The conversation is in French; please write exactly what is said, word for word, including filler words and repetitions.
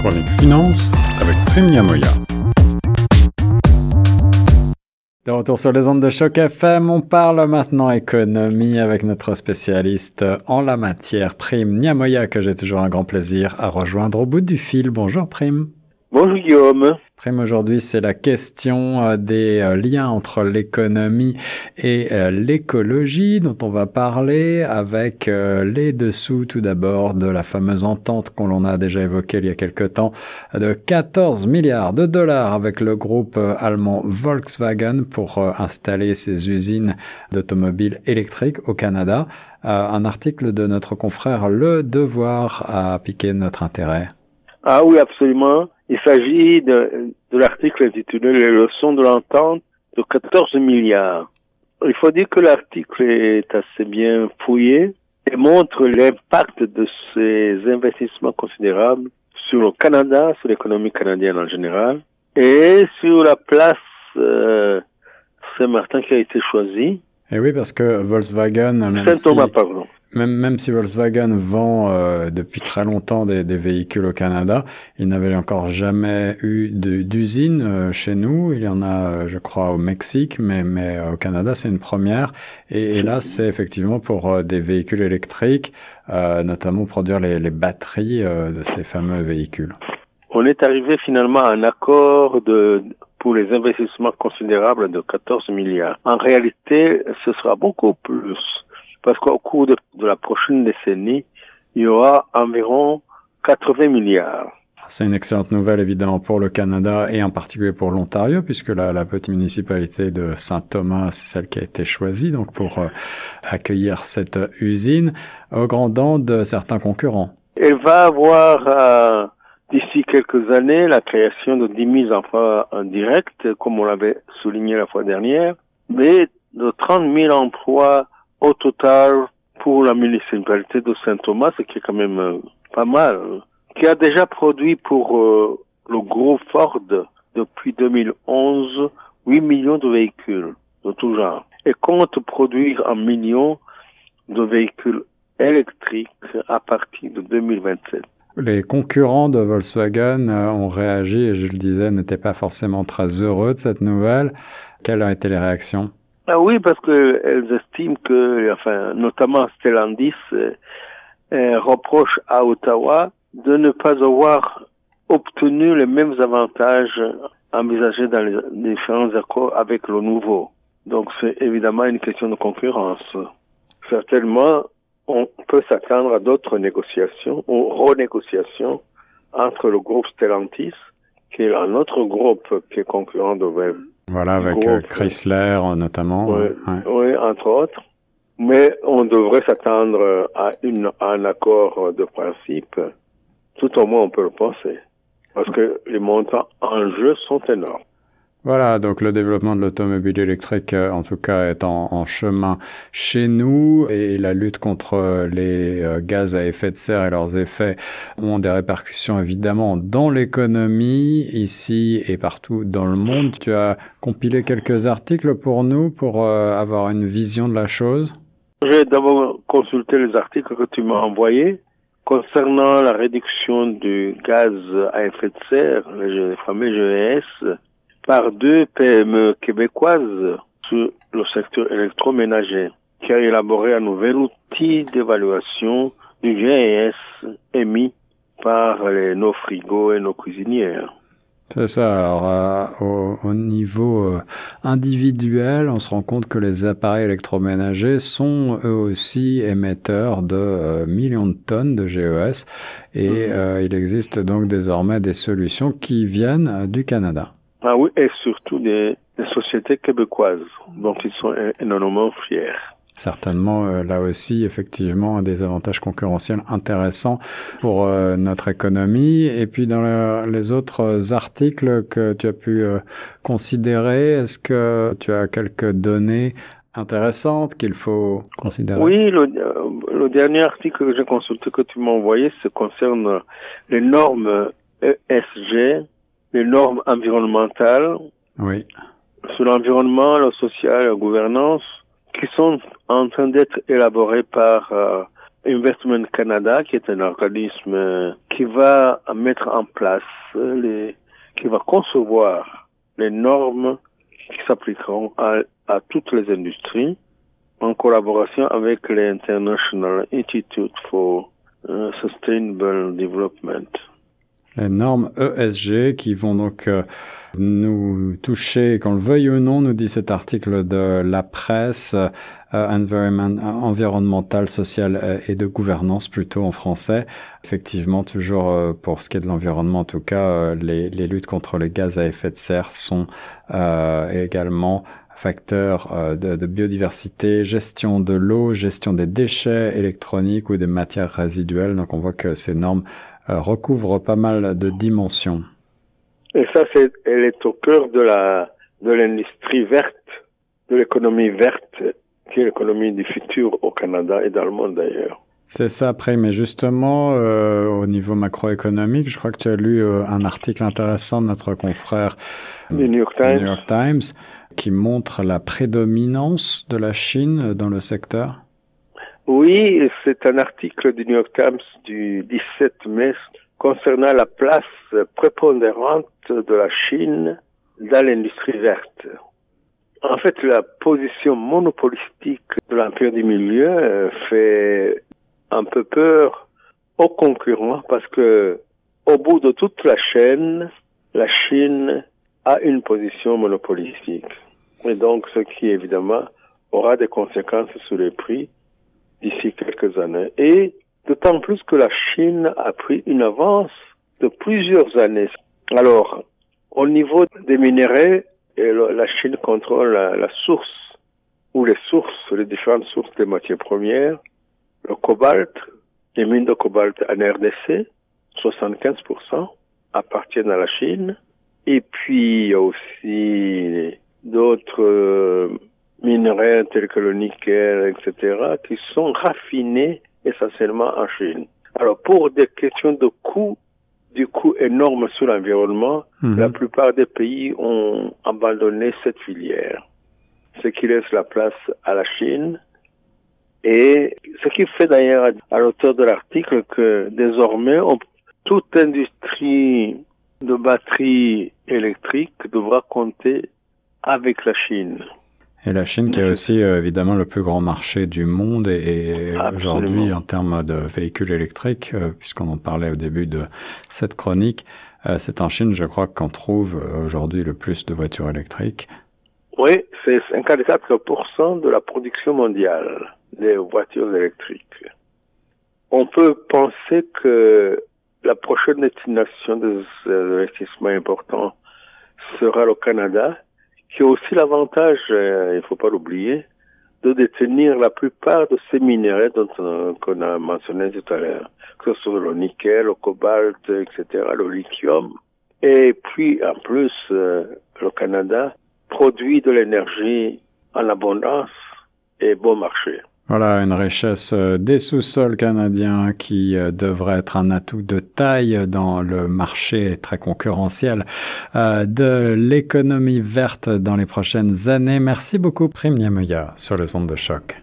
chronique finance avec Prime Nyamoya. De retour sur les ondes de Choc F M, on parle maintenant économie avec notre spécialiste en la matière, Prime Nyamoya, que j'ai toujours un grand plaisir à rejoindre au bout du fil. Bonjour Prime. Bonjour Guillaume. Prime, aujourd'hui, c'est la question des liens entre l'économie et l'écologie dont on va parler avec les dessous tout d'abord de la fameuse entente qu'on l'on a déjà évoquée il y a quelque temps de quatorze milliards de dollars avec le groupe allemand Volkswagen pour installer ses usines d'automobiles électriques au Canada. Un article de notre confrère Le Devoir a piqué notre intérêt. Ah oui, absolument. Il s'agit de, de l'article intitulé « Les leçons de l'entente de quatorze milliards ». Il faut dire que l'article est assez bien fouillé et montre l'impact de ces investissements considérables sur le Canada, sur l'économie canadienne en général, et sur la place euh, Saint-Martin qui a été choisie. Et oui, parce que Volkswagen, même Saint-Thomas, si, pardon. Même, même si Volkswagen vend euh, depuis très longtemps des, des véhicules au Canada, il n'avait encore jamais eu de, d'usine euh, chez nous. Il y en a, euh, je crois, au Mexique, mais, mais euh, au Canada, c'est une première. Et, et là, c'est effectivement pour euh, des véhicules électriques, euh, notamment produire les, les batteries euh, de ces fameux véhicules. On est arrivé finalement à un accord de pour les investissements considérables de quatorze milliards. En réalité, ce sera beaucoup plus. Parce qu'au cours de, de la prochaine décennie, il y aura environ quatre-vingts milliards. C'est une excellente nouvelle, évidemment, pour le Canada et en particulier pour l'Ontario, puisque la, la petite municipalité de Saint-Thomas, c'est celle qui a été choisie donc pour euh, accueillir cette usine, au grand dam de certains concurrents. Elle va avoir, euh, d'ici quelques années, la création de dix mille emplois en direct, comme on l'avait souligné la fois dernière, mais de trente mille emplois au total pour la municipalité de Saint-Thomas, ce qui est quand même euh, pas mal, qui a déjà produit pour euh, le groupe Ford depuis deux mille onze huit millions de véhicules de tout genre et compte produire un million de véhicules électriques à partir de deux mille vingt-sept. Les concurrents de Volkswagen euh, ont réagi et je le disais, n'étaient pas forcément très heureux de cette nouvelle. Quelles ont été les réactions? Ah oui, parce que elles estiment que, enfin, notamment Stellantis euh, euh, reproche à Ottawa de ne pas avoir obtenu les mêmes avantages envisagés dans les différents accords avec le nouveau. Donc c'est évidemment une question de concurrence. Certainement, on peut s'attendre à d'autres négociations ou renégociations entre le groupe Stellantis, qui est un autre groupe qui est concurrent de Voilà, avec groupe, Chrysler notamment. Oui, ouais. oui, entre autres. Mais on devrait s'attendre à, une, à un accord de principe. Tout au moins, on peut le penser. Parce que les montants en jeu sont énormes. Voilà, donc le développement de l'automobile électrique, en tout cas, est en, en chemin chez nous et la lutte contre les gaz à effet de serre et leurs effets ont des répercussions évidemment dans l'économie, ici et partout dans le monde. Tu as compilé quelques articles pour nous pour euh, avoir une vision de la chose? J'ai d'abord consulté les articles que tu m'as envoyés concernant la réduction du gaz à effet de serre, le fameux G E S, par deux P M E québécoises sur le secteur électroménager, qui a élaboré un nouvel outil d'évaluation du G E S émis par les, nos frigos et nos cuisinières. C'est ça. Alors, euh, au, au niveau euh, individuel, on se rend compte que les appareils électroménagers sont eux aussi émetteurs de euh, millions de tonnes de G E S et mmh. euh, il existe donc désormais des solutions qui viennent euh, du Canada. Ah oui, et surtout des, des sociétés québécoises dont ils sont énormément fiers. Certainement, euh, là aussi, effectivement, des avantages concurrentiels intéressants pour euh, notre économie. Et puis, dans le, les autres articles que tu as pu euh, considérer, est-ce que tu as quelques données intéressantes qu'il faut considérer? Oui, le, le dernier article que j'ai consulté, que tu m'as envoyé, se concerne les normes E S G, les normes environnementales. Oui. Sur l'environnement, le social et la gouvernance, qui sont en train d'être élaborés par euh, Investment Canada, qui est un organisme euh, qui va mettre en place, les, qui va concevoir les normes qui s'appliqueront à, à toutes les industries en collaboration avec l'International Institute for uh, Sustainable Development. Les normes E S G qui vont donc euh, nous toucher, qu'on le veuille ou non, nous dit cet article de la presse, euh, environment, environnemental, social euh, et de gouvernance plutôt en français. Effectivement, toujours euh, pour ce qui est de l'environnement, en tout cas, euh, les, les luttes contre les gaz à effet de serre sont euh, également facteurs euh, de, de biodiversité, gestion de l'eau, gestion des déchets électroniques ou des matières résiduelles. Donc on voit que ces normes euh, recouvrent pas mal de dimensions. Et ça, c'est, elle est au cœur de la de l'industrie verte, de l'économie verte, qui est l'économie du futur au Canada et dans le monde d'ailleurs. C'est ça, après, mais justement, euh, au niveau macroéconomique, je crois que tu as lu euh, un article intéressant de notre confrère du New York Times. New York Times qui montre la prédominance de la Chine dans le secteur. Oui, c'est un article du New York Times du dix-sept mai concernant la place prépondérante de la Chine dans l'industrie verte. En fait, la position monopolistique de l'Empire du Milieu fait un peu peur aux concurrents parce que, au bout de toute la chaîne, la Chine a une position monopolistique. Et donc, ce qui, évidemment, aura des conséquences sur les prix d'ici quelques années. Et d'autant plus que la Chine a pris une avance de plusieurs années. Alors, au niveau des minéraux, la Chine contrôle la, la source, ou les sources, les différentes sources des matières premières. Le cobalt, les mines de cobalt en R D C, soixante-quinze pour cent appartiennent à la Chine. Et puis, il y a aussi d'autres euh, minerais tels que le nickel, et cetera, qui sont raffinés essentiellement en Chine. Alors, pour des questions de coût, du coût énorme sur l'environnement, mmh. la plupart des pays ont abandonné cette filière. Ce qui laisse la place à la Chine. Et ce qui fait d'ailleurs à l'auteur de l'article que désormais, on, toute industrie de batteries électriques devra compter avec la Chine. Et la Chine qui est aussi euh, évidemment le plus grand marché du monde et, et aujourd'hui en termes de véhicules électriques, euh, puisqu'on en parlait au début de cette chronique, euh, c'est en Chine, je crois, qu'on trouve aujourd'hui le plus de voitures électriques. Oui, c'est cinquante-quatre pour cent de la production mondiale des voitures électriques. On peut penser que la prochaine destination des investissements importants sera le Canada, qui a aussi l'avantage, euh, il ne faut pas l'oublier, de détenir la plupart de ces minéraux dont euh, qu'on a mentionné tout à l'heure, que ce soit le nickel, le cobalt, et cetera, le lithium. Et puis, en plus, euh, le Canada produit de l'énergie en abondance et bon marché. Voilà, une richesse des sous-sols canadiens qui devrait être un atout de taille dans le marché très concurrentiel de l'économie verte dans les prochaines années. Merci beaucoup, Prime Niamoya, sur les ondes de choc.